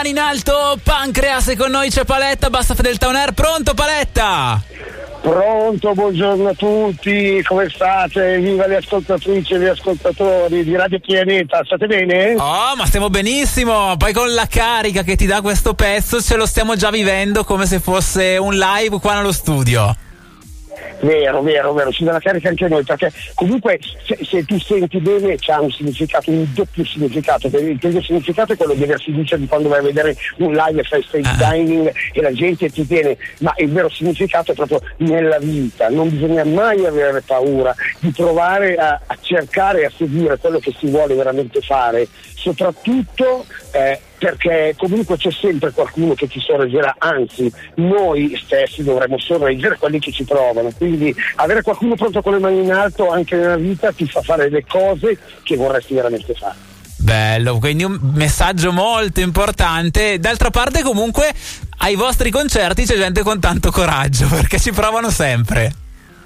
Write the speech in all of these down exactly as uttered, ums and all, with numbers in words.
mani in alto, Pancreas, e con noi c'è Paletta, Bassa Fedeltà On Air. Pronto Paletta? Pronto, buongiorno a tutti, come state? Viva le ascoltatrici e gli ascoltatori di Radio Pianeta, state bene? Oh, ma stiamo benissimo, poi con la carica che ti dà questo pezzo ce lo stiamo già vivendo come se fosse un live qua nello studio. Vero, vero, vero, ci dà la carica anche noi, perché comunque se, se tu senti bene c'ha un significato, un doppio significato. Il primo significato è quello di aver fiducia di quando vai a vedere un live e fai stage ah. dining e la gente ti tiene, ma il vero significato è proprio nella vita. Non bisogna mai avere paura di provare a, a cercare e a seguire quello che si vuole veramente fare, soprattutto eh, perché comunque c'è sempre qualcuno che ti sorreggerà, anzi noi stessi dovremmo sorreggere quelli che ci provano, quindi avere qualcuno pronto con le mani in alto anche nella vita ti fa fare le cose che vorresti veramente fare. Bello, quindi un messaggio molto importante. D'altra parte comunque ai vostri concerti c'è gente con tanto coraggio, perché ci provano sempre.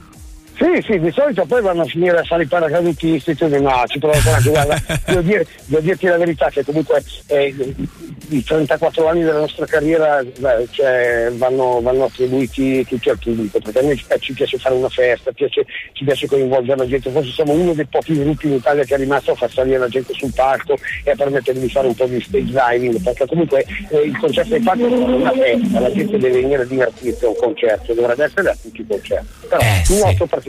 Sì, sì, di solito poi vanno a finire a fare i paracadutisti, quindi no, ci provo anche, guarda, devo, dire, devo dirti la verità che comunque eh, i trentaquattro anni della nostra carriera beh, cioè, vanno, vanno attribuiti tutti al pubblico, perché a noi eh, ci piace fare una festa, piace, ci piace coinvolgere la gente, forse siamo uno dei pochi gruppi in Italia che è rimasto a far salire la gente sul palco e a permettere di fare un po' di stage diving, perché comunque eh, il concerto è fatto come una festa, la gente deve venire a divertirsi a un concerto, dovrebbe essere da tutti i concerti, però eh, sì. Nuoto particolarmente.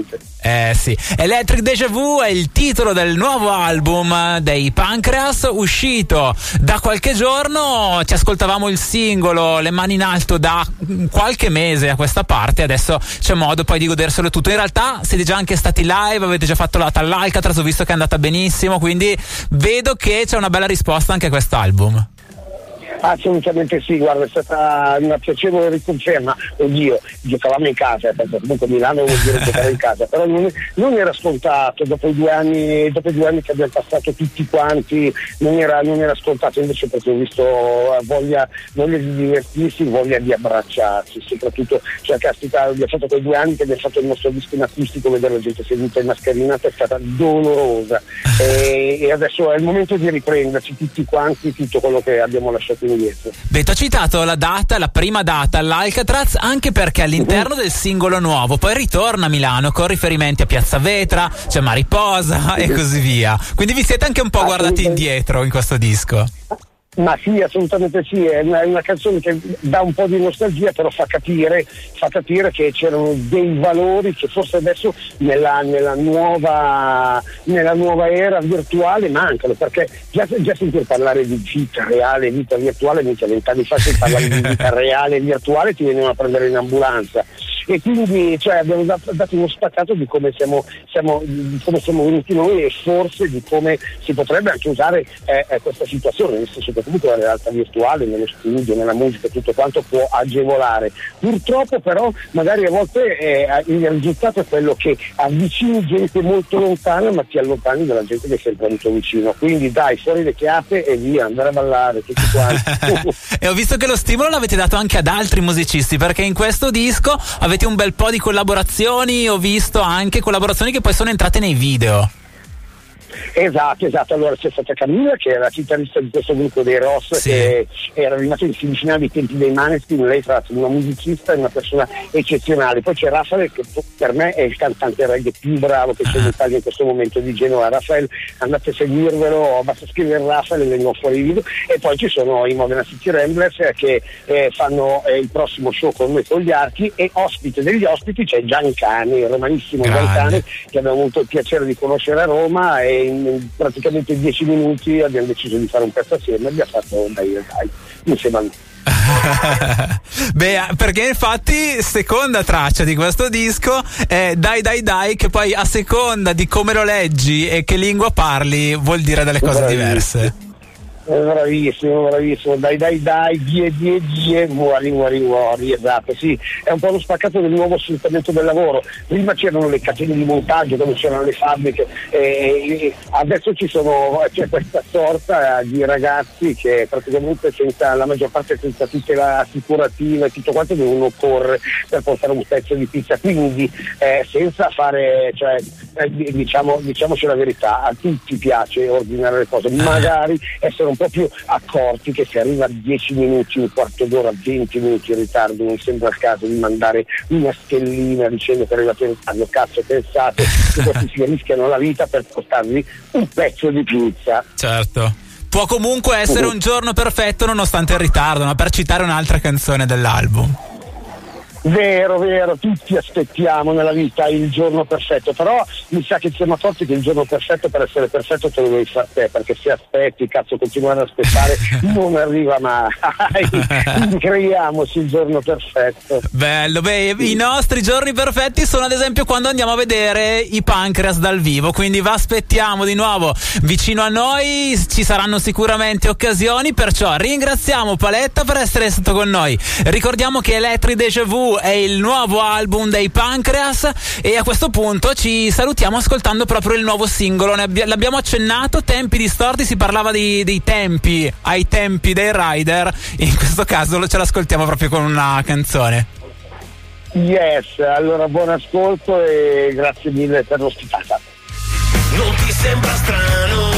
Eh sì, Electric Deja Vu è il titolo del nuovo album dei Pancreas, uscito da qualche giorno. Ci ascoltavamo il singolo Le mani in alto da qualche mese a questa parte, adesso c'è modo poi di goderselo tutto. In realtà siete già anche stati live, avete già fatto la all'Alcatraz, ho visto che è andata benissimo, quindi vedo che c'è una bella risposta anche a quest'album. Assolutamente sì, guarda, è stata una piacevole riconferma. Oddio, giocavamo in casa, perché comunque Milano vuol dire giocare in casa, però non, non era scontato dopo i due anni, dopo i due anni che abbiamo passato tutti quanti, non era, non era scontato, invece perché ho visto voglia, voglia di divertirsi, voglia di abbracciarsi, soprattutto, cioè caspita, abbiamo fatto quei due anni che abbiamo fatto il nostro disco in acustico, vedere la gente seduta in mascherinato è stata dolorosa e, e adesso è il momento di riprenderci tutti quanti tutto quello che abbiamo lasciato indietro. Beh, ti ho citato la data, la prima data all'Alcatraz, anche perché all'interno uh-huh. del singolo nuovo poi ritorna a Milano con riferimenti a Piazza Vetra, c'è Mariposa uh-huh. e così via. Quindi vi siete anche un po' guardati indietro in questo disco. Ma sì, assolutamente sì, è una, è una canzone che dà un po' di nostalgia, però fa capire, fa capire che c'erano dei valori che forse adesso nella, nella, nuova, nella nuova era virtuale mancano, perché già, già sentire parlare di vita reale, vita virtuale, mica vent'anni fa se parlavi di vita reale e virtuale ti venivano a prendere in ambulanza. E quindi cioè, abbiamo dato, dato uno spaccato di come siamo, siamo, di come siamo venuti noi e forse di come si potrebbe anche usare eh, questa situazione, nel senso che comunque la realtà virtuale, nello studio, nella musica, tutto quanto può agevolare. Purtroppo però magari a volte eh, il risultato è quello che avvicini gente molto lontana ma ti allontani dalla gente che è sempre molto vicino. Quindi dai, fuori le chiappe e via, andare a ballare tutti quanti. E ho visto che lo stimolo l'avete dato anche ad altri musicisti, perché in questo disco avete un bel po' di collaborazioni, ho visto anche collaborazioni che poi sono entrate nei video. Esatto, esatto, allora c'è stata Camilla che era chitarrista di questo gruppo dei Ross, sì. Che era arrivata in semifinale ai tempi dei Maneskin, lei è stata una musicista e una persona eccezionale. Poi c'è Raffaele che per me è il cantante reggae più bravo che c'è in Italia in questo momento di Genova. Raffaele, andate a seguirvelo, basta scrivere Raffaele e vengono fuori i video. E poi ci sono i Modena City Ramblers che eh, fanno eh, il prossimo show con noi con gli archi, e ospite degli ospiti c'è Giancani, il romanissimo Giancani, che abbiamo avuto il piacere di conoscere a Roma, e in praticamente dieci minuti abbiamo deciso di fare un pezzo assieme e abbiamo fatto Dai Dai insieme a lui. Beh, perché infatti seconda traccia di questo disco è Dai Dai Dai, che poi a seconda di come lo leggi e che lingua parli vuol dire delle cose Bravissimo. diverse. Bravissimo, bravissimo, dai dai dai, die die die, muori muori muori, esatto, sì, è un po' lo spaccato del nuovo sfruttamento del lavoro. Prima c'erano le catene di montaggio, quando c'erano le fabbriche, e, e adesso ci sono, c'è questa sorta di ragazzi che praticamente senza, la maggior parte senza tutela assicurativa e tutto quanto devono correre per portare un pezzo di pizza, quindi eh, senza fare, cioè, eh, diciamo, diciamoci la verità, a tutti piace ordinare le cose, magari essere un proprio accorti che se arriva a dieci minuti, un quarto d'ora, venti minuti in ritardo, non sembra il caso di mandare una stellina dicendo che è arrivato in ritardo. Cazzo, pensate che questi si rischiano la vita per portarvi un pezzo di pizza. Certo. Può comunque essere un giorno perfetto nonostante il ritardo, no? Per citare un'altra canzone dell'album. Vero, vero, tutti aspettiamo nella vita il giorno perfetto, però mi sa che ci siamo accorti che il giorno perfetto, per essere perfetto te lo devi fare te, perché se aspetti, cazzo, continuare ad aspettare non arriva mai. Quindi creiamoci il giorno perfetto. Bello, beh, i nostri giorni perfetti sono ad esempio quando andiamo a vedere i Pancreas dal vivo, quindi vi aspettiamo di nuovo vicino a noi, ci saranno sicuramente occasioni, perciò ringraziamo Paletta per essere stato con noi. Ricordiamo che Electric Deja Vu è il nuovo album dei Pancreas e a questo punto ci salutiamo ascoltando proprio il nuovo singolo. Ne abbi- l'abbiamo accennato, Tempi distorti, si parlava di, dei tempi, ai tempi dei rider, in questo caso ce l'ascoltiamo proprio con una canzone. Yes, allora buon ascolto e grazie mille per l'ospitata. Non ti sembra strano